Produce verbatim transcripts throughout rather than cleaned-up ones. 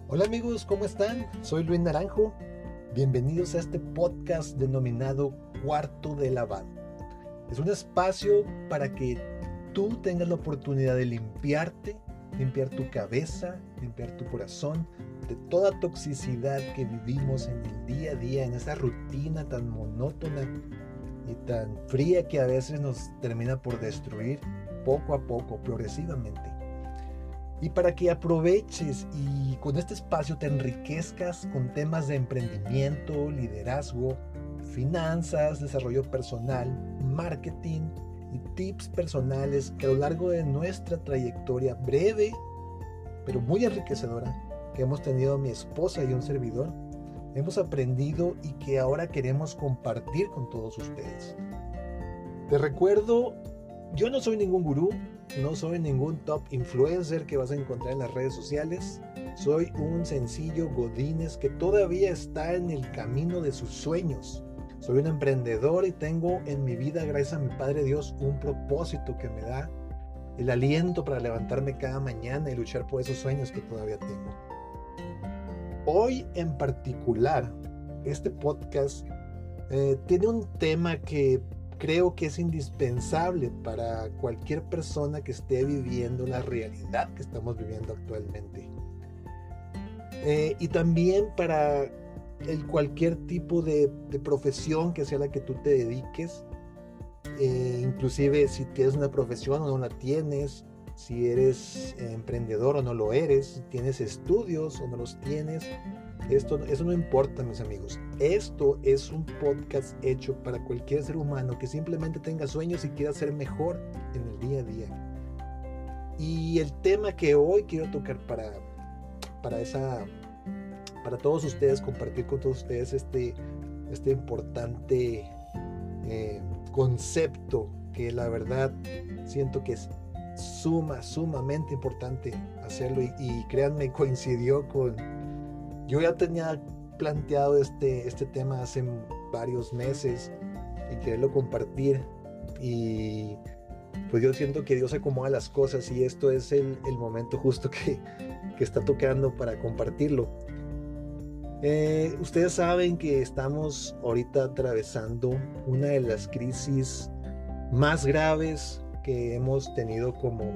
Hola amigos, ¿cómo están? Soy Luis Naranjo. Bienvenidos a este podcast denominado Cuarto de Lavado. Es un espacio para que tú tengas la oportunidad de limpiarte, limpiar tu cabeza, limpiar tu corazón de toda toxicidad que vivimos en el día a día, en esa rutina tan monótona y tan fría que a veces nos termina por destruir poco a poco, progresivamente. Y para que aproveches y con este espacio te enriquezcas con temas de emprendimiento, liderazgo, finanzas, desarrollo personal, marketing y tips personales que a lo largo de nuestra trayectoria breve, pero muy enriquecedora, que hemos tenido mi esposa y un servidor, hemos aprendido y que ahora queremos compartir con todos ustedes. Te recuerdo, yo no soy ningún gurú, no soy ningún top influencer que vas a encontrar en las redes sociales. Soy un sencillo godínez que todavía está en el camino de sus sueños. Soy un emprendedor y tengo en mi vida, gracias a mi Padre Dios, un propósito que me da el aliento para levantarme cada mañana y luchar por esos sueños que todavía tengo. Hoy en particular, este podcast eh, tiene un tema que creo que es indispensable para cualquier persona que esté viviendo la realidad que estamos viviendo actualmente. Eh, y también para el cualquier tipo de, de profesión que sea la que tú te dediques. Eh, inclusive si tienes una profesión o no la tienes, si eres emprendedor o no lo eres, si tienes estudios o no los tienes. Esto, eso no importa, mis amigos. Esto es un podcast hecho para cualquier ser humano que simplemente tenga sueños y quiera ser mejor en el día a día. Y el tema que hoy quiero tocar para, para, esa, para todos ustedes, compartir con todos ustedes este, este importante eh, concepto que la verdad siento que es suma, sumamente importante hacerlo. Y, y créanme, coincidió con... Yo ya tenía planteado este, este tema hace varios meses y quererlo compartir, y pues yo siento que Dios acomoda las cosas y esto es el, el momento justo que, que está tocando para compartirlo. Eh, ustedes saben que estamos ahorita atravesando una de las crisis más graves que hemos tenido como,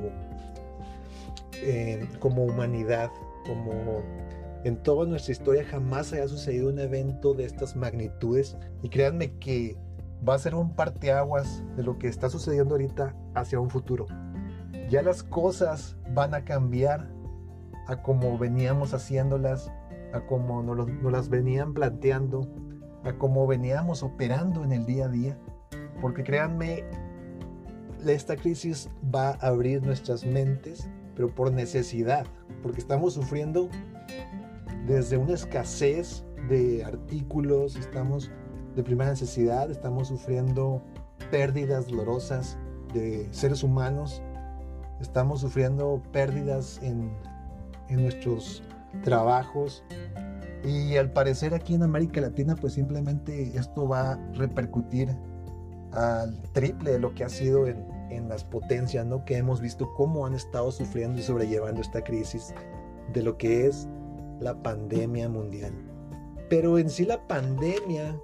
eh, como humanidad, como... En toda nuestra historia jamás haya sucedido un evento de estas magnitudes, y créanme que va a ser un parteaguas de lo que está sucediendo ahorita hacia un futuro. Ya las cosas van a cambiar a como veníamos haciéndolas, a como nos, nos las venían planteando, a como veníamos operando en el día a día, porque créanme, esta crisis va a abrir nuestras mentes, pero por necesidad, porque estamos sufriendo desde una escasez de artículos, estamos de primera necesidad, estamos sufriendo pérdidas dolorosas de seres humanos, estamos sufriendo pérdidas en, en nuestros trabajos, y al parecer aquí en América Latina pues simplemente esto va a repercutir al triple de lo que ha sido en, en las potencias, ¿no? Que hemos visto cómo han estado sufriendo y sobrellevando esta crisis de lo que es la pandemia mundial. Pero en sí la pandemia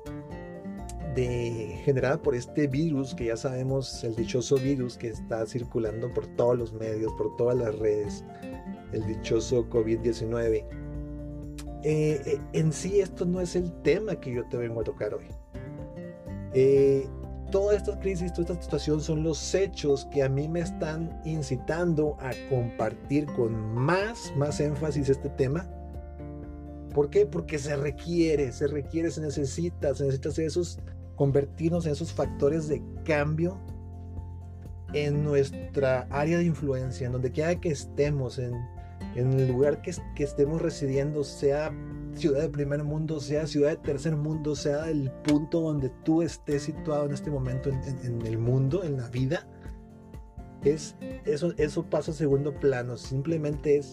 de, generada por este virus, que ya sabemos, el dichoso virus que está circulando por todos los medios, por todas las redes, el dichoso covid diecinueve, eh, eh, en sí esto no es el tema que yo te vengo a tocar hoy. Eh, toda esta crisis, toda esta situación son los hechos que a mí me están incitando a compartir con más, más énfasis este tema. ¿Por qué? Porque se requiere, se requiere, se necesita, se necesita hacer esos, convertirnos en esos factores de cambio en nuestra área de influencia, en donde quiera que estemos, en, en el lugar que, que estemos residiendo, sea ciudad de primer mundo, sea ciudad de tercer mundo, sea el punto donde tú estés situado en este momento en, en, en el mundo, en la vida, es, eso, eso pasa a segundo plano. Simplemente es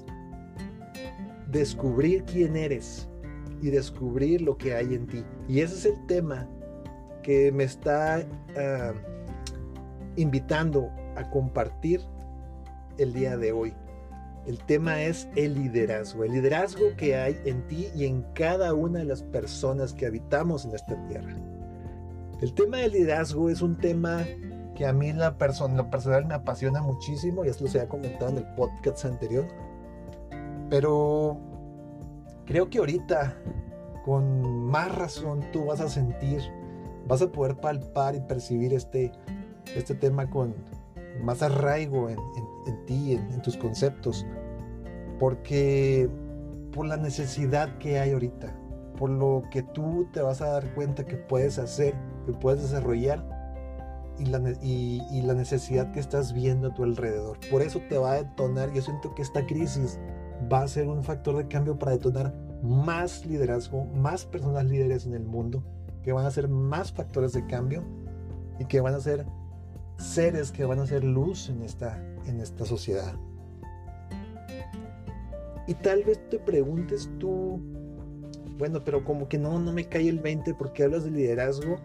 descubrir quién eres y descubrir lo que hay en ti. Y ese es el tema que me está uh, invitando a compartir el día de hoy. El tema es el liderazgo, el liderazgo que hay en ti y en cada una de las personas que habitamos en esta tierra. El tema del liderazgo es un tema que a mí en la persona, en lo personal me apasiona muchísimo, ya se los había comentado en el podcast anterior, pero creo que ahorita con más razón tú vas a sentir, vas a poder palpar y percibir este, este tema con más arraigo en, en, en ti, en, en tus conceptos, porque por la necesidad que hay ahorita, por lo que tú te vas a dar cuenta que puedes hacer, que puedes desarrollar y la, y, y la necesidad que estás viendo a tu alrededor. Por eso te va a detonar. Yo siento que esta crisis va a ser un factor de cambio para detonar más liderazgo, más personas líderes en el mundo, que van a ser más factores de cambio y que van a ser seres que van a hacer luz en esta, en esta sociedad. Y tal vez te preguntes tú, bueno, pero como que no, no me cae el veinte porque hablas de liderazgo.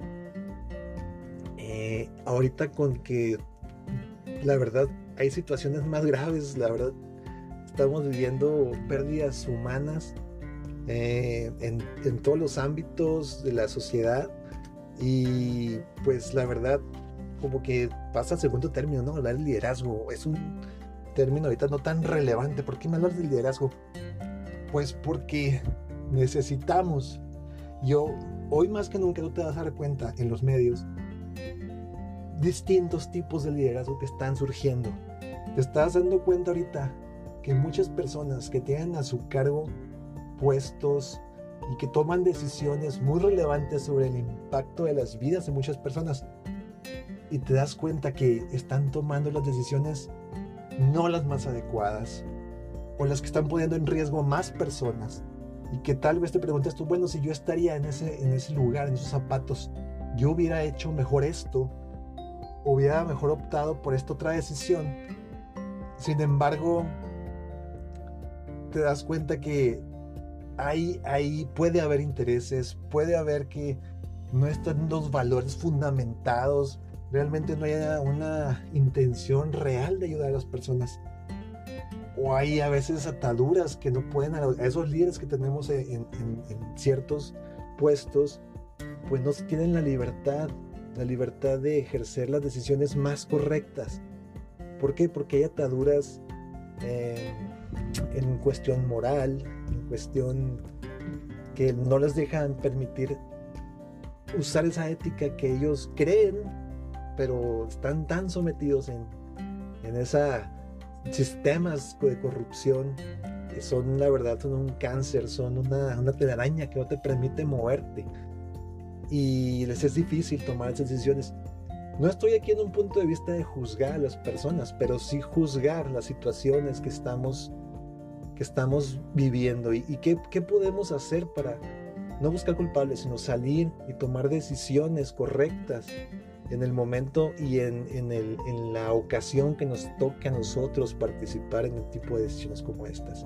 Eh, ahorita con que la verdad hay situaciones más graves, la verdad estamos viviendo pérdidas humanas eh, en, en todos los ámbitos de la sociedad y pues la verdad como que pasa al segundo término, ¿no? Hablar de liderazgo es un término ahorita no tan relevante. ¿Por qué me hablas de liderazgo? Pues porque necesitamos, yo hoy más que nunca tú te vas a dar cuenta en los medios, distintos tipos de liderazgo que están surgiendo. Te estás dando cuenta ahorita que muchas personas que tienen a su cargo puestos y que toman decisiones muy relevantes sobre el impacto de las vidas de muchas personas, y te das cuenta que están tomando las decisiones no las más adecuadas o las que están poniendo en riesgo a más personas, y que tal vez te preguntes tú, bueno, si yo estaría en ese, en ese lugar, en esos zapatos, yo hubiera hecho mejor esto, hubiera mejor optado por esta otra decisión. Sin embargo, te das cuenta que ahí, ahí puede haber intereses, puede haber que no están los valores fundamentados, realmente no haya una intención real de ayudar a las personas, o hay a veces ataduras que no pueden, a esos líderes que tenemos en, en, en ciertos puestos, pues no tienen la libertad, la libertad de ejercer las decisiones más correctas. ¿Por qué? Porque hay ataduras eh, en cuestión moral, en cuestión que no les dejan permitir usar esa ética que ellos creen, pero están tan sometidos en, en esos sistemas de corrupción que son, la verdad, son un cáncer, son una, una telaraña que no te permite moverte y les es difícil tomar esas decisiones. No estoy aquí en un punto de vista de juzgar a las personas, pero sí juzgar las situaciones que estamos, que estamos viviendo y, y qué, qué podemos hacer para no buscar culpables, sino salir y tomar decisiones correctas en el momento y en, en, el, en la ocasión que nos toque a nosotros participar en un tipo de decisiones como estas.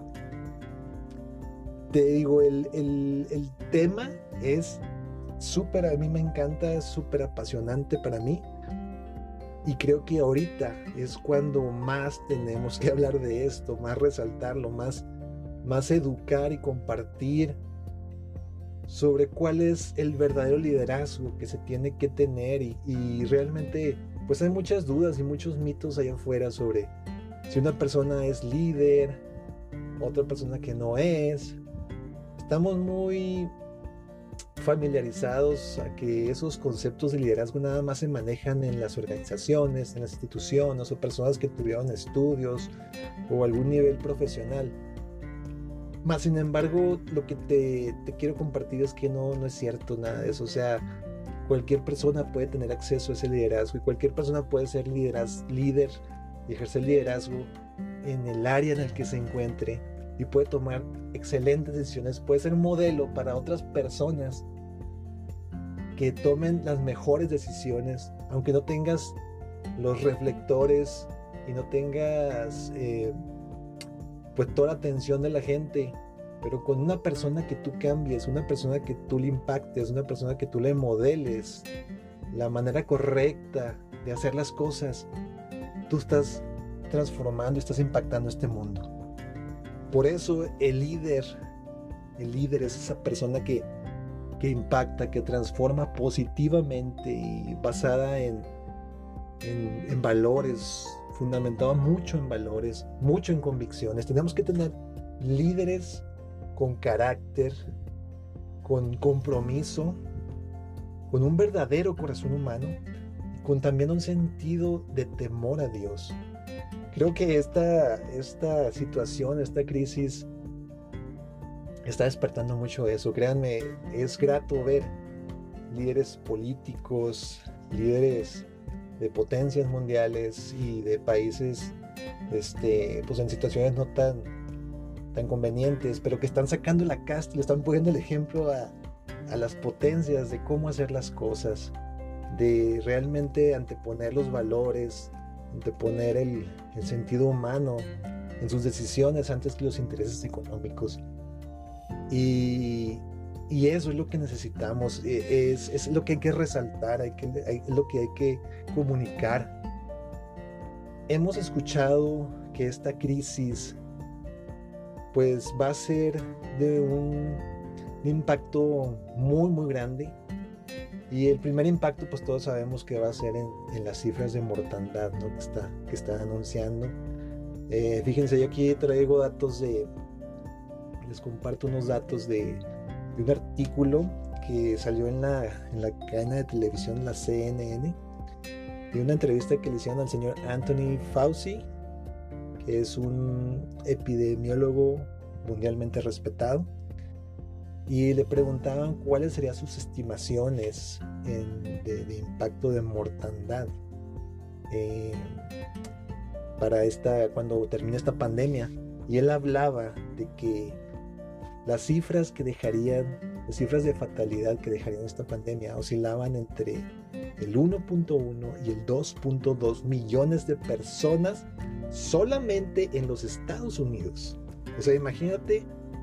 Te digo, el, el, el tema es súper, a mí me encanta, es súper apasionante para mí, y creo que ahorita es cuando más tenemos que hablar de esto, más resaltarlo, más, más educar y compartir sobre cuál es el verdadero liderazgo que se tiene que tener, y, y realmente pues hay muchas dudas y muchos mitos allá afuera sobre si una persona es líder, otra persona que no es. Estamos muy familiarizados a que esos conceptos de liderazgo nada más se manejan en las organizaciones, en las instituciones o personas que tuvieron estudios o algún nivel profesional. Más sin embargo, lo que te, te quiero compartir es que no, no es cierto nada de eso. O sea, cualquier persona puede tener acceso a ese liderazgo y cualquier persona puede ser lideraz, líder y ejercer liderazgo en el área en el que se encuentre, y puede tomar excelentes decisiones, puede ser modelo para otras personas que tomen las mejores decisiones, aunque no tengas los reflectores y no tengas eh, pues toda la atención de la gente, pero con una persona que tú cambies, una persona que tú le impactes, una persona que tú le modeles la manera correcta de hacer las cosas, tú estás transformando, estás impactando este mundo. Por eso el líder, el líder es esa persona que, que impacta, que transforma positivamente y basada en, en, en valores, fundamentada mucho en valores, mucho en convicciones. Tenemos que tener líderes con carácter, con compromiso, con un verdadero corazón humano, con también un sentido de temor a Dios. Creo que esta, esta situación, esta crisis, está despertando mucho eso. Créanme, es grato ver líderes políticos, líderes de potencias mundiales y de países este, pues en situaciones no tan, tan convenientes, pero que están sacando la casta, le están poniendo el ejemplo a, a las potencias de cómo hacer las cosas, de realmente anteponer los valores, anteponer el, el sentido humano en sus decisiones antes que los intereses económicos. Y, y eso es lo que necesitamos, es, es lo que hay que resaltar, hay que, hay, es lo que hay que comunicar. Hemos escuchado que esta crisis pues va a ser de un, un impacto muy muy grande, y el primer impacto pues todos sabemos que va a ser en, en las cifras de mortandad, ¿no? que, está, que está anunciando. Eh, fíjense, yo aquí traigo datos de, les comparto unos datos de, de un artículo que salió en la, en la cadena de televisión, la C N N, de una entrevista que le hicieron al señor Anthony Fauci, que es un epidemiólogo mundialmente respetado, y le preguntaban cuáles serían sus estimaciones en, de, de impacto de mortandad eh, para esta, cuando termine esta pandemia. Y él hablaba de que las cifras que dejarían, las cifras de fatalidad que dejarían esta pandemia oscilaban entre el uno punto uno y el dos punto dos millones de personas solamente en los Estados Unidos. O sea, imagínate,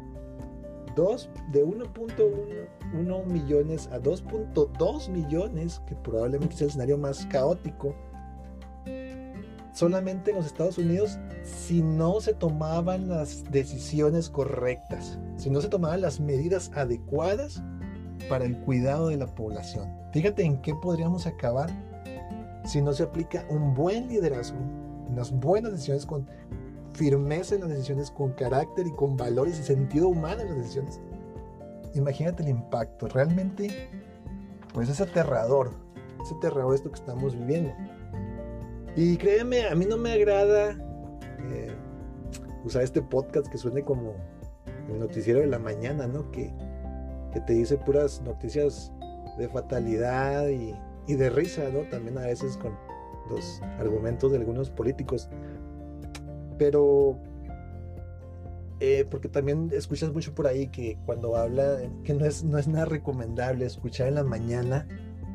dos, de uno punto uno millones a dos punto dos millones, que probablemente sea el escenario más caótico, solamente en los Estados Unidos, si no se tomaban las decisiones correctas, si no se tomaban las medidas adecuadas para el cuidado de la población. Fíjate en qué podríamos acabar si no se aplica un buen liderazgo, unas buenas decisiones, con firmeza en las decisiones, con carácter y con valores y sentido humano en las decisiones. Imagínate el impacto. Realmente pues es aterrador, es aterrador esto que estamos viviendo. Y créeme, a mí no me agrada eh, usar este podcast que suene como el noticiero de la mañana, ¿no? Que, que te dice puras noticias de fatalidad y, y de risa, ¿no? También a veces con los argumentos de algunos políticos. Pero eh, porque también escuchas mucho por ahí que cuando habla, que no es, no es nada recomendable escuchar en la mañana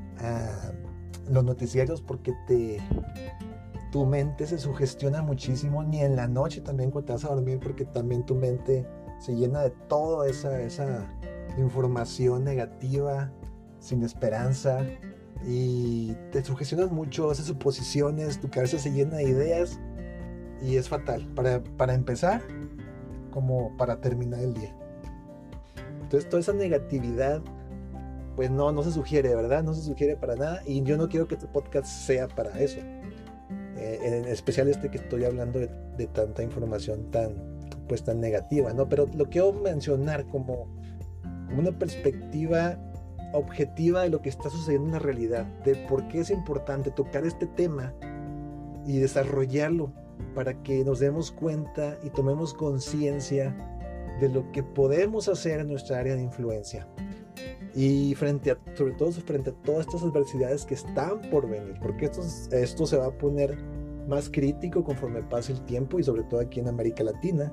uh, los noticieros, porque te tu mente se sugestiona muchísimo, ni en la noche también cuando te vas a dormir, porque también tu mente se llena de toda esa, esa información negativa, sin esperanza, y te sugestionas mucho, haces suposiciones, tu cabeza se llena de ideas y es fatal para, para empezar como para terminar el día. Entonces toda esa negatividad pues no, no se sugiere, ¿verdad? No se sugiere para nada, y yo no quiero que este podcast sea para eso. Eh, en especial este que estoy hablando de, de tanta información tan, pues, tan negativa, ¿no? Pero lo quiero mencionar como, como una perspectiva objetiva de lo que está sucediendo en la realidad, de por qué es importante tocar este tema y desarrollarlo para que nos demos cuenta y tomemos conciencia de lo que podemos hacer en nuestra área de influencia. Y frente a, sobre todo frente a todas estas adversidades que están por venir, porque esto, esto se va a poner más crítico conforme pase el tiempo, y sobre todo aquí en América Latina.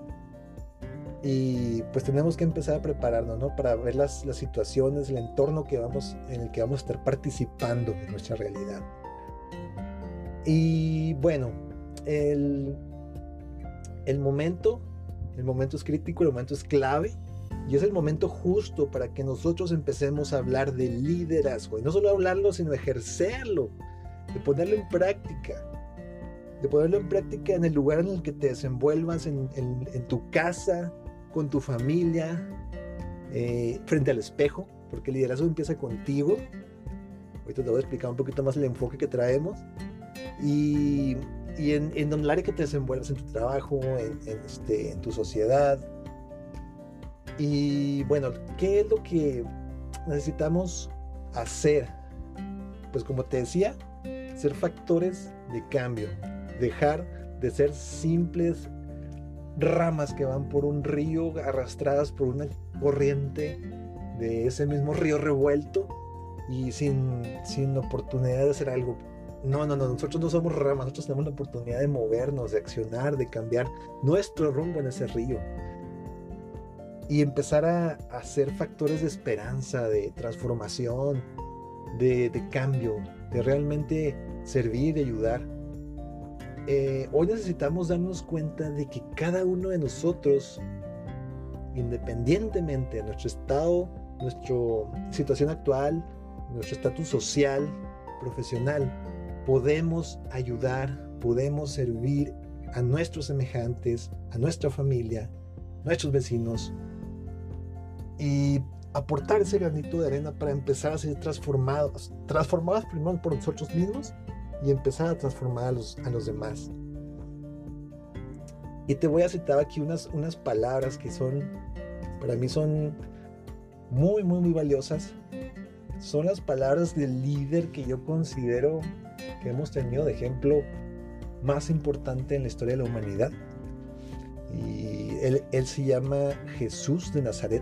Y pues tenemos que empezar a prepararnos, ¿no? Para ver las, las situaciones, el entorno que vamos, en el que vamos a estar participando en nuestra realidad. Y bueno, el, el momento, el momento es crítico, el momento es clave. Y es el momento justo para que nosotros empecemos a hablar de liderazgo. Y no solo hablarlo, sino ejercerlo, de ponerlo en práctica. de ponerlo en práctica en el lugar en el que te desenvuelvas, en, en, en tu casa, con tu familia, eh, frente al espejo, porque el liderazgo empieza contigo. Ahorita te voy a explicar un poquito más el enfoque que traemos. Y, y en, en el área que te desenvuelvas, en tu trabajo, en, en, este, en tu sociedad. Y bueno, ¿qué es lo que necesitamos hacer? Pues como te decía, ser factores de cambio, dejar de ser simples ramas que van por un río arrastradas por una corriente de ese mismo río revuelto y sin, sin oportunidad de hacer algo. No, no, no, nosotros no somos ramas, nosotros tenemos la oportunidad de movernos, de accionar, de cambiar nuestro rumbo en ese río y empezar a, a ser factores de esperanza, de transformación, de, de cambio, de realmente servir y ayudar. Eh, hoy necesitamos darnos cuenta de que cada uno de nosotros, independientemente de nuestro estado, nuestra situación actual, nuestro estatus social, profesional, podemos ayudar, podemos servir a nuestros semejantes, a nuestra familia, nuestros vecinos y aportar ese granito de arena para empezar a ser transformados, transformados primero por nosotros mismos y empezar a transformar a los, a los demás. Y te voy a citar aquí unas, unas palabras que son, para mí son muy, muy, muy valiosas. Son las palabras del líder que yo considero que hemos tenido de ejemplo más importante en la historia de la humanidad. Y él, él se llama Jesús de Nazaret.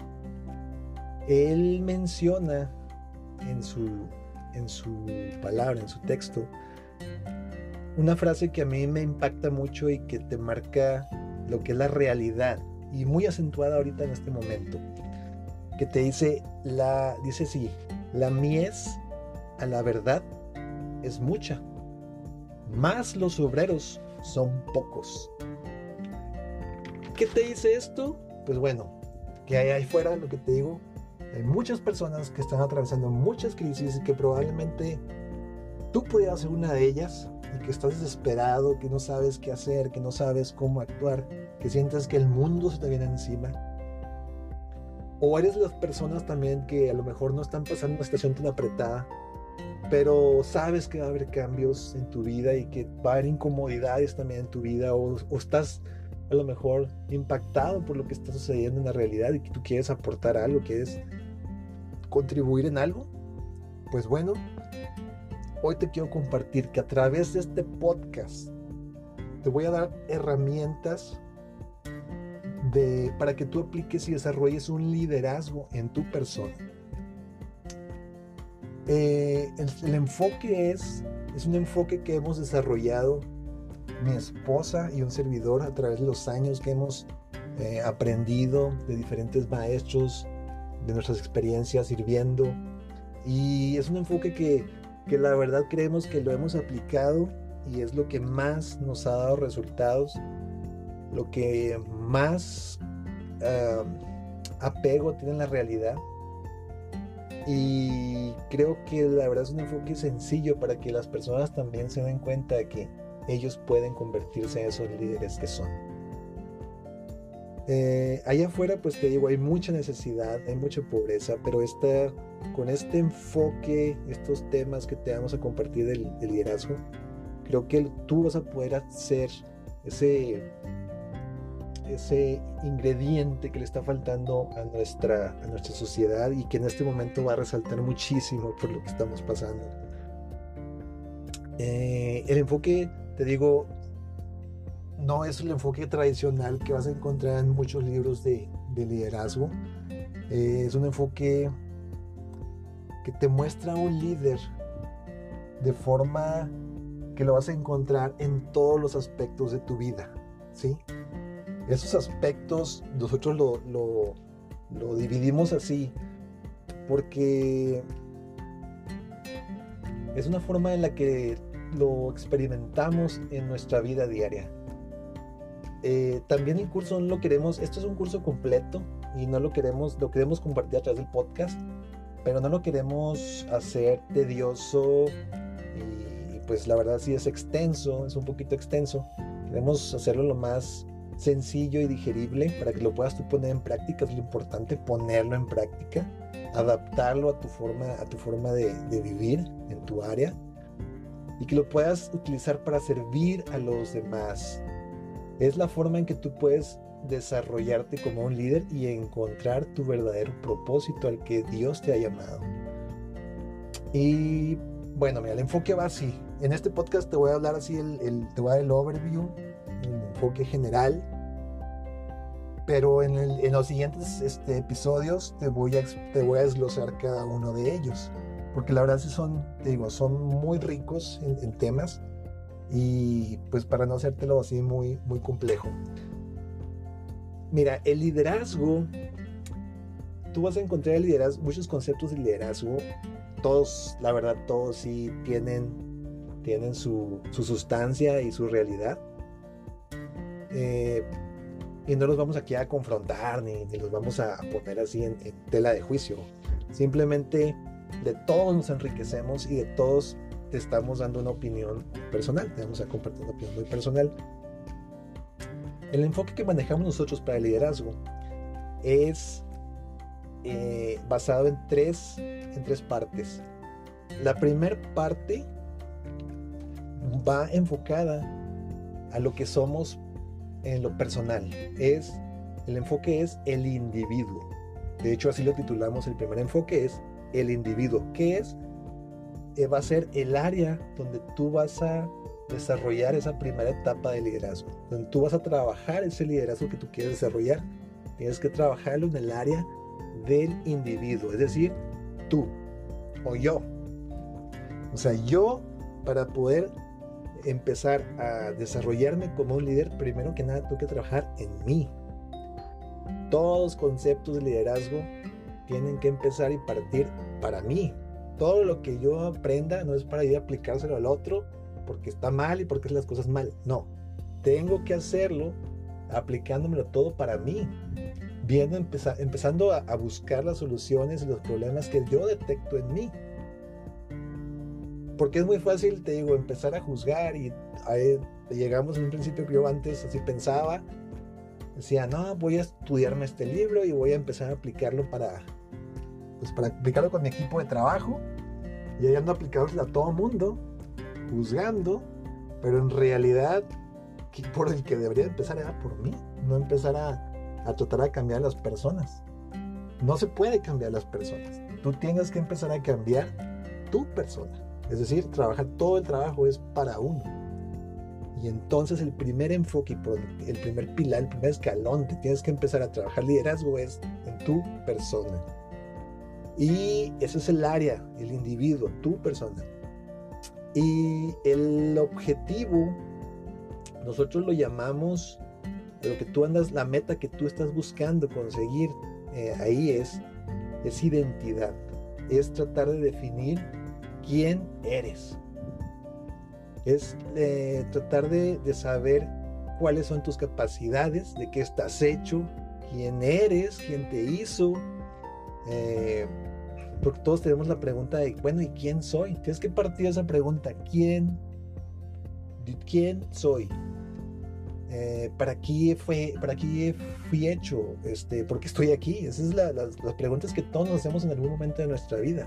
Él menciona en su, en su palabra, en su texto, una frase que a mí me impacta mucho y que te marca lo que es la realidad y muy acentuada ahorita en este momento, que te dice, la, dice así, la mies a la verdad es mucha, mas los obreros son pocos. ¿Qué te dice esto? Pues bueno, que hay ahí fuera, lo que te digo, hay muchas personas que están atravesando muchas crisis y que probablemente tú pudieras ser una de ellas y que estás desesperado, que no sabes qué hacer, que no sabes cómo actuar, que sientes que el mundo se te viene encima. O eres de las personas también que a lo mejor no están pasando una situación tan apretada, pero sabes que va a haber cambios en tu vida y que va a haber incomodidades también en tu vida, o, o estás a lo mejor impactado por lo que está sucediendo en la realidad y que tú quieres aportar algo, quieres contribuir en algo. Pues bueno, hoy te quiero compartir que a través de este podcast te voy a dar herramientas de, para que tú apliques y desarrolles un liderazgo en tu persona. Eh, el, el enfoque es, es un enfoque que hemos desarrollado mi esposa y un servidor a través de los años que hemos eh, aprendido de diferentes maestros, de nuestras experiencias sirviendo, y es un enfoque que, que la verdad creemos que lo hemos aplicado y es lo que más nos ha dado resultados, lo que más uh, apego tiene en la realidad. Y creo que la verdad es un enfoque sencillo para que las personas también se den cuenta de que ellos pueden convertirse en esos líderes que son. Eh, allá afuera, pues te digo, hay mucha necesidad, hay mucha pobreza, pero esta, con este enfoque, estos temas que te vamos a compartir del, del liderazgo, creo que tú vas a poder hacer ese, ese ingrediente que le está faltando a nuestra, a nuestra sociedad y que en este momento va a resaltar muchísimo por lo que estamos pasando. Eh, el enfoque, te digo, no es el enfoque tradicional que vas a encontrar en muchos libros de, de liderazgo. Eh, es un enfoque que te muestra un líder de forma que lo vas a encontrar en todos los aspectos de tu vida, ¿sí? Esos aspectos nosotros lo, lo, lo dividimos así porque es una forma en la que lo experimentamos en nuestra vida diaria. Eh, también el curso no lo queremos, esto es un curso completo y no lo queremos, lo queremos compartir a través del podcast, pero no lo queremos hacer tedioso y pues la verdad sí es extenso, es un poquito extenso. Queremos hacerlo lo más sencillo y digerible para que lo puedas tú poner en práctica. Es lo importante, ponerlo en práctica, adaptarlo a tu forma, a tu forma de, de vivir en tu área, y que lo puedas utilizar para servir a los demás. Es la forma en que tú puedes desarrollarte como un líder y encontrar tu verdadero propósito al que Dios te ha llamado. Y bueno, mira, el enfoque va así. En este podcast te voy a hablar así, el, el, te voy a dar el overview, el enfoque general, pero en, el, en los siguientes este, episodios te voy, a, te voy a desglosar cada uno de ellos, porque la verdad sí son, te digo, son muy ricos en, en temas, y pues para no hacértelo así muy, muy complejo. Mira, el liderazgo, tú vas a encontrar el liderazgo, muchos conceptos de liderazgo, todos, la verdad, todos sí tienen, tienen su, su sustancia y su realidad. Eh, y no los vamos aquí a confrontar, ni, ni los vamos a poner así en, en tela de juicio. Simplemente de todos nos enriquecemos y de todos te estamos dando una opinión personal. Te vamos a compartir una opinión muy personal. El enfoque que manejamos nosotros para el liderazgo es eh, basado en tres, en tres partes. La primera parte va enfocada a lo que somos en lo personal. Es, el enfoque es el individuo. De hecho, así lo titulamos. El primer enfoque es el individuo. ¿Qué es? Eh, va a ser el área donde tú vas a desarrollar esa primera etapa de liderazgo, donde tú vas a trabajar ese liderazgo que tú quieres desarrollar. Tienes que trabajarlo en el área del individuo, es decir, tú o yo. O sea, yo, para poder empezar a desarrollarme como un líder, primero que nada tengo que trabajar en mí. Todos los conceptos de liderazgo tienen que empezar y partir para mí. Todo lo que yo aprenda no es para ir a aplicárselo al otro porque está mal y porque es las cosas mal. No, tengo que hacerlo aplicándomelo todo para mí, viendo, empezar, empezando a, a buscar las soluciones y los problemas que yo detecto en mí. Porque es muy fácil, te digo, empezar a juzgar, y ahí llegamos en un principio que yo antes así pensaba, decía, no, voy a estudiarme este libro y voy a empezar a aplicarlo para, pues para aplicarlo con mi equipo de trabajo, y ahí ando aplicándolo a todo mundo, juzgando, pero en realidad por el que debería empezar era por mí, no empezar a, a tratar de cambiar a las personas. No se puede cambiar a las personas, tú tienes que empezar a cambiar tu persona. Es decir, trabajar, todo el trabajo es para uno. Y entonces el primer enfoque, el primer pilar, el primer escalón que tienes que empezar a trabajar liderazgo es en tu persona. Y ese es el área, el individuo, tu persona. Y el objetivo, nosotros lo llamamos, lo que tú andas, la meta que tú estás buscando conseguir, eh, ahí es, es identidad. Es tratar de definir quién eres. Es eh, tratar de, de saber cuáles son tus capacidades, de qué estás hecho, quién eres, quién te hizo. Eh, porque todos tenemos la pregunta de, bueno, ¿y quién soy? Tienes que partir de esa pregunta, ¿quién, quién soy? Eh, ¿para, qué fue, ¿Para qué fui hecho? Este, ¿Por qué estoy aquí? Esas son la, las, las preguntas que todos nos hacemos en algún momento de nuestra vida.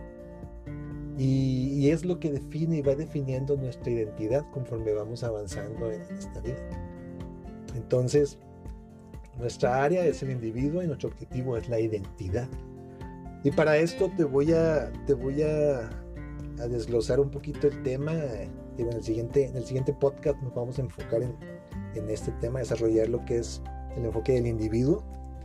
Y, y es lo que define y va definiendo nuestra identidad conforme vamos avanzando en esta vida. Entonces, nuestra área es el individuo y nuestro objetivo es la identidad. Y para esto te voy a, te voy a, a desglosar un poquito el tema. En el siguiente, en el siguiente podcast nos vamos a enfocar en, en este tema, desarrollar lo que es el enfoque del individuo.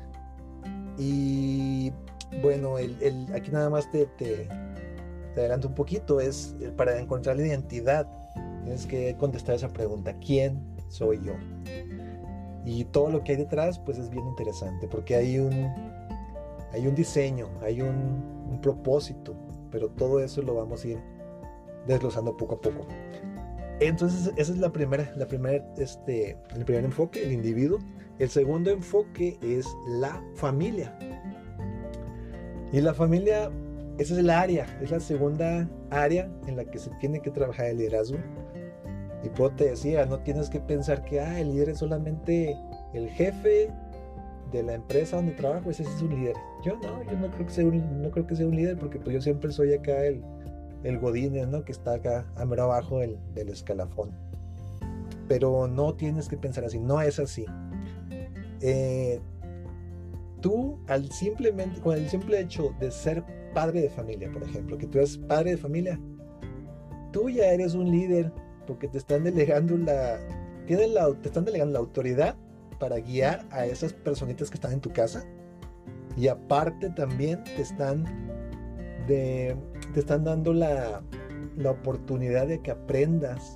Y bueno, el, el, aquí nada más te... te Te adelanto un poquito, es para encontrar la identidad, tienes que contestar esa pregunta, ¿quién soy yo? Y todo lo que hay detrás, pues es bien interesante, porque hay un, hay un diseño, hay un, un propósito, pero todo eso lo vamos a ir desglosando poco a poco. Entonces, esa es la primera, la primera, este, el primer enfoque, el individuo. El segundo enfoque es la familia. Y la familia, esa es el área, es la segunda área en la que se tiene que trabajar el liderazgo, Y pues te decía, no tienes que pensar que ah, el líder es solamente el jefe de la empresa donde trabajo, ese es un líder. Yo no, yo no creo que sea un, no creo que sea un líder, porque pues yo siempre soy acá el, el godínez, ¿no? Que está acá a mero abajo del, del escalafón. Pero no tienes que pensar así, no es así. Eh, tú, al simplemente, con el simple hecho de ser padre de familia, por ejemplo, que tú eres padre de familia, tú ya eres un líder, porque te están delegando la, tienes la, te están delegando la autoridad para guiar a esas personitas que están en tu casa, y aparte también te están, de, te están dando la, la oportunidad de que aprendas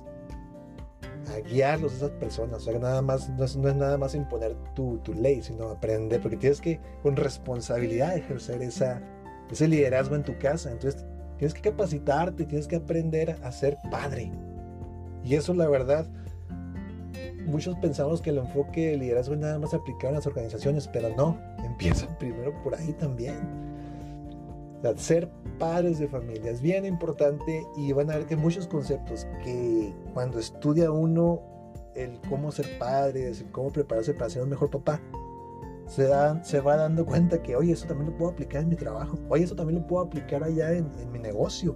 a guiarlos a esas personas. O sea, nada más, no es, no es nada más imponer tu, tu ley, sino aprender, porque tienes que con responsabilidad ejercer esa, ese liderazgo en tu casa. Entonces tienes que capacitarte, tienes que aprender a ser padre. Y eso, la verdad, muchos pensamos que el enfoque de liderazgo es nada más aplicado en las organizaciones, pero no, empieza primero por ahí también. O sea, ser padres de familia es bien importante, y van a ver que muchos conceptos que cuando estudia uno el cómo ser padres, el cómo prepararse para ser un mejor papá, se, dan, se va dando cuenta que, oye, eso también lo puedo aplicar en mi trabajo, oye, eso también lo puedo aplicar allá en, en mi negocio,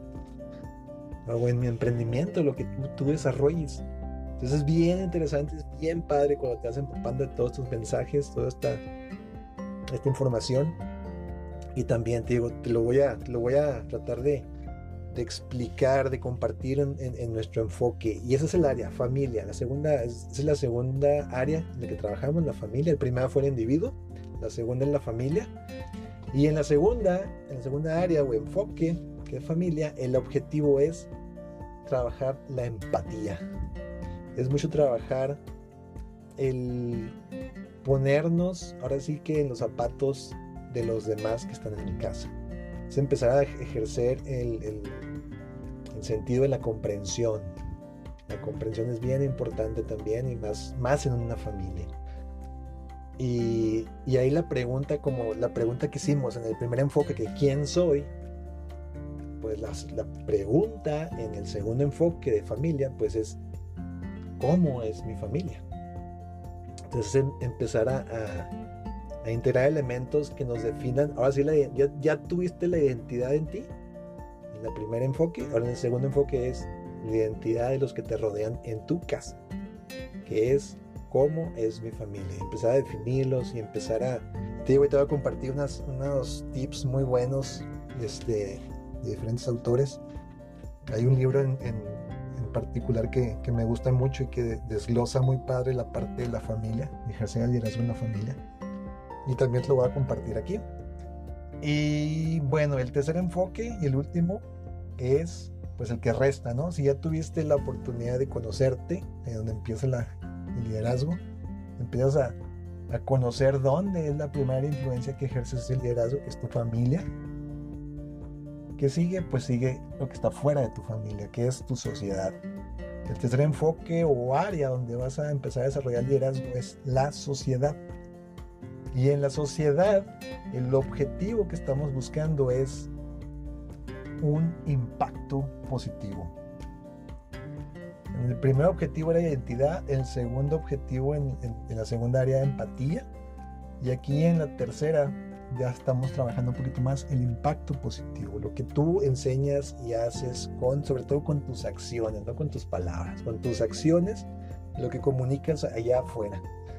o en mi emprendimiento, lo que tú, tú desarrolles. Entonces es bien interesante, es bien padre cuando te vas empapando de todos estos mensajes, toda esta, esta información. Y también te digo, te lo voy a, te lo voy a tratar de, de explicar, de compartir en, en, en nuestro enfoque. Y esa es el área, familia. La segunda, es, es la segunda área en la que trabajamos, la familia. El primero fue el individuo, la segunda es la familia. Y en la segunda, en la segunda área o enfoque, que es familia, el objetivo es trabajar la empatía. Es mucho trabajar el ponernos, ahora sí que en los zapatos de los demás que están en mi casa. Es empezar a ejercer el, el, el sentido de la comprensión. La comprensión es bien importante también, y más, más en una familia. Y, y ahí la pregunta, como la pregunta que hicimos en el primer enfoque, que ¿quién soy? Pues la, la pregunta en el segundo enfoque de familia, pues es ¿cómo es mi familia? Entonces em, empezar a, a, a integrar elementos que nos definan. Ahora sí, la, ya, ya tuviste la identidad en ti, en el primer enfoque. Ahora en el segundo enfoque es la identidad de los que te rodean en tu casa, que es cómo es mi familia. Empezar a definirlos y empezar a... Te digo, te voy a compartir unas, unos tips muy buenos este, de diferentes autores. Hay un libro en, en, en particular que, que me gusta mucho y que desglosa muy padre la parte de la familia, ejercer el liderazgo en la familia. Y también te lo voy a compartir aquí. Y bueno, el tercer enfoque y el último es pues el que resta, ¿no? Si ya tuviste la oportunidad de conocerte, de donde empieza la, el liderazgo, empiezas a, a conocer dónde es la primera influencia que ejerces el liderazgo, que es tu familia. ¿Qué sigue? Pues sigue lo que está fuera de tu familia, que es tu sociedad. El tercer enfoque o área donde vas a empezar a desarrollar liderazgo es la sociedad. Y en la sociedad, el objetivo que estamos buscando es un impacto positivo. El primer objetivo era identidad, el segundo objetivo en, en, en la segunda área empatía, y aquí en la tercera ya estamos trabajando un poquito más el impacto positivo, lo que tú enseñas y haces, con, sobre todo con tus acciones, no con tus palabras, con tus acciones, lo que comunicas allá afuera.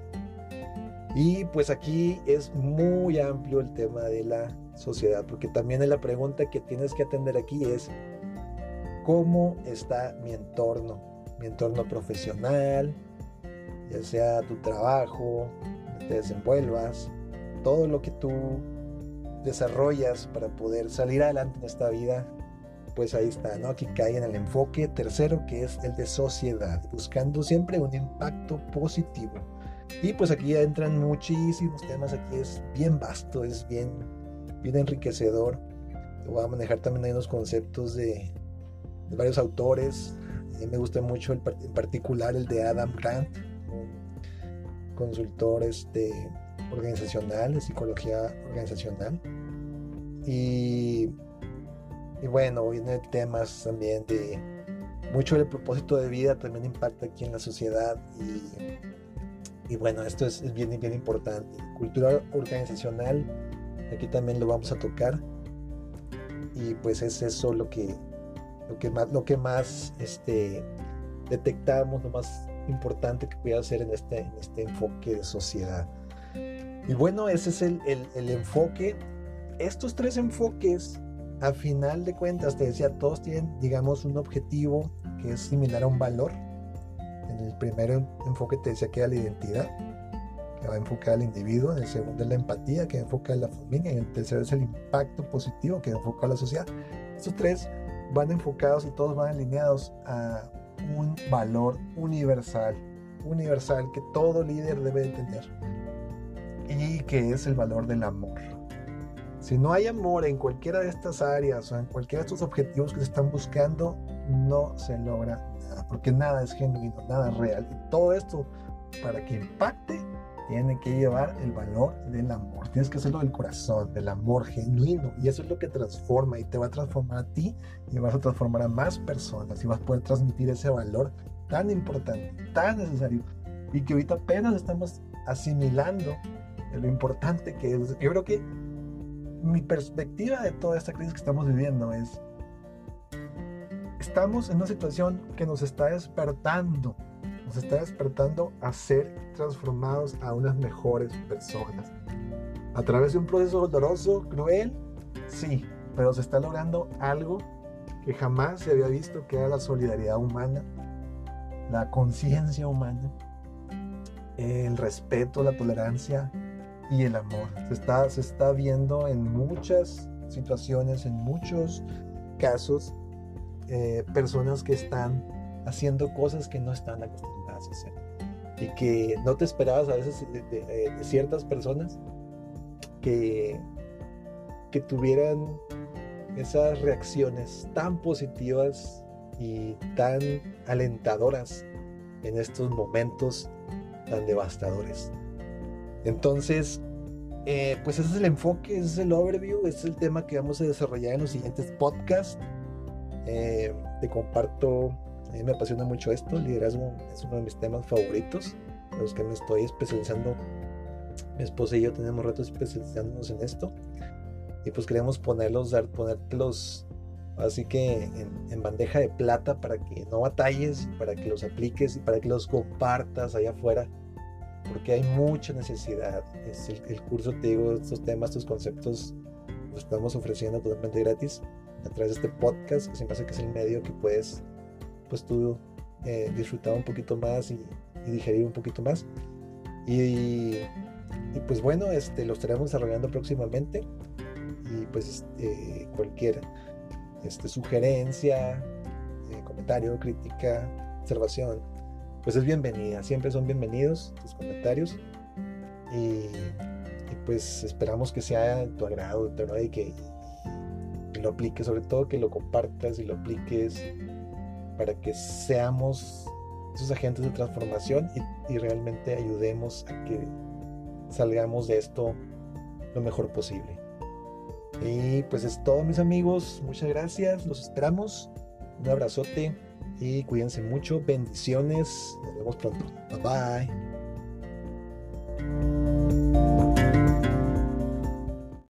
Y pues aquí es muy amplio el tema de la sociedad, porque también la pregunta que tienes que atender aquí es ¿cómo está mi entorno? Mi entorno profesional, ya sea tu trabajo, donde te desenvuelvas, todo lo que tú desarrollas para poder salir adelante en esta vida, pues ahí está, ¿no? Aquí cae en el enfoque tercero, que es el de sociedad, buscando siempre un impacto positivo. Y pues aquí ya entran muchísimos temas, aquí es bien vasto, es bien, bien enriquecedor. Te voy a manejar también ahí unos conceptos de, de varios autores. A mí me gusta mucho el, en particular el de Adam Grant, un consultor este, organizacional, de psicología organizacional. Y, y bueno, vienen temas también de, mucho del propósito de vida también impacta aquí en la sociedad y, y bueno, esto es, es bien, bien importante. Cultura organizacional, aquí también lo vamos a tocar y pues es eso lo que, lo que más, lo que más este, detectamos, lo más importante que puede hacer en este, en este enfoque de sociedad. Y bueno, ese es el, el, el enfoque. Estos tres enfoques, a final de cuentas, te decía, todos tienen, digamos, un objetivo que es similar a un valor. En el primer enfoque te decía que era la identidad, que va a enfocar al individuo. En el segundo es la empatía, que enfoca a la familia. En el tercero es el impacto positivo, que enfoca a la sociedad. Estos tres van enfocados y todos van alineados a un valor universal, universal que todo líder debe de tener, y que es el valor del amor. Si no hay amor en cualquiera de estas áreas o en cualquiera de estos objetivos que se están buscando, no se logra nada, porque nada es genuino, nada es real. Y todo esto, para que impacte, tiene que llevar el valor del amor. Tienes que hacerlo del corazón, del amor genuino, y eso es lo que transforma y te va a transformar a ti y vas a transformar a más personas y vas a poder transmitir ese valor tan importante, tan necesario, y que ahorita apenas estamos asimilando lo importante que es. Yo creo que mi perspectiva de toda esta crisis que estamos viviendo es: estamos en una situación que nos está despertando, nos está despertando a ser transformados a unas mejores personas. A través de un proceso doloroso, cruel, sí, pero se está logrando algo que jamás se había visto, que era la solidaridad humana, la conciencia humana, el respeto, la tolerancia y el amor. Se está, se está viendo en muchas situaciones, en muchos casos, eh, personas que están haciendo cosas que no están acostumbradas a hacer y que no te esperabas a veces de, de, de ciertas personas que, que tuvieran esas reacciones tan positivas y tan alentadoras en estos momentos tan devastadores. Entonces, eh, pues ese es el enfoque, ese es el overview, ese es el tema que vamos a desarrollar en los siguientes podcasts. Eh, te comparto, a mí me apasiona mucho esto, el liderazgo es uno de mis temas favoritos, los que me estoy especializando. Mi esposa y yo tenemos retos especializándonos en esto y pues queremos ponerlos, dar, ponértelos así que en, en bandeja de plata para que no batalles, para que los apliques y para que los compartas allá afuera, porque hay mucha necesidad. Es el, el curso, te digo, estos temas, estos conceptos los estamos ofreciendo totalmente gratis a través de este podcast, que se me hace que es el medio que puedes pues tú eh, disfrutar un poquito más y, y digerir un poquito más y, y pues bueno, este, lo estaremos desarrollando próximamente y pues este, cualquier este, sugerencia, eh, comentario, crítica, observación, pues es bienvenida, siempre son bienvenidos tus comentarios y, y pues esperamos que sea de tu agrado, de tu agrado y que, que lo apliques, sobre todo que lo compartas y lo apliques para que seamos esos agentes de transformación y, y realmente ayudemos a que salgamos de esto lo mejor posible. Y pues es todo, mis amigos, muchas gracias, los esperamos, un abrazote y cuídense mucho, bendiciones, nos vemos pronto, bye bye.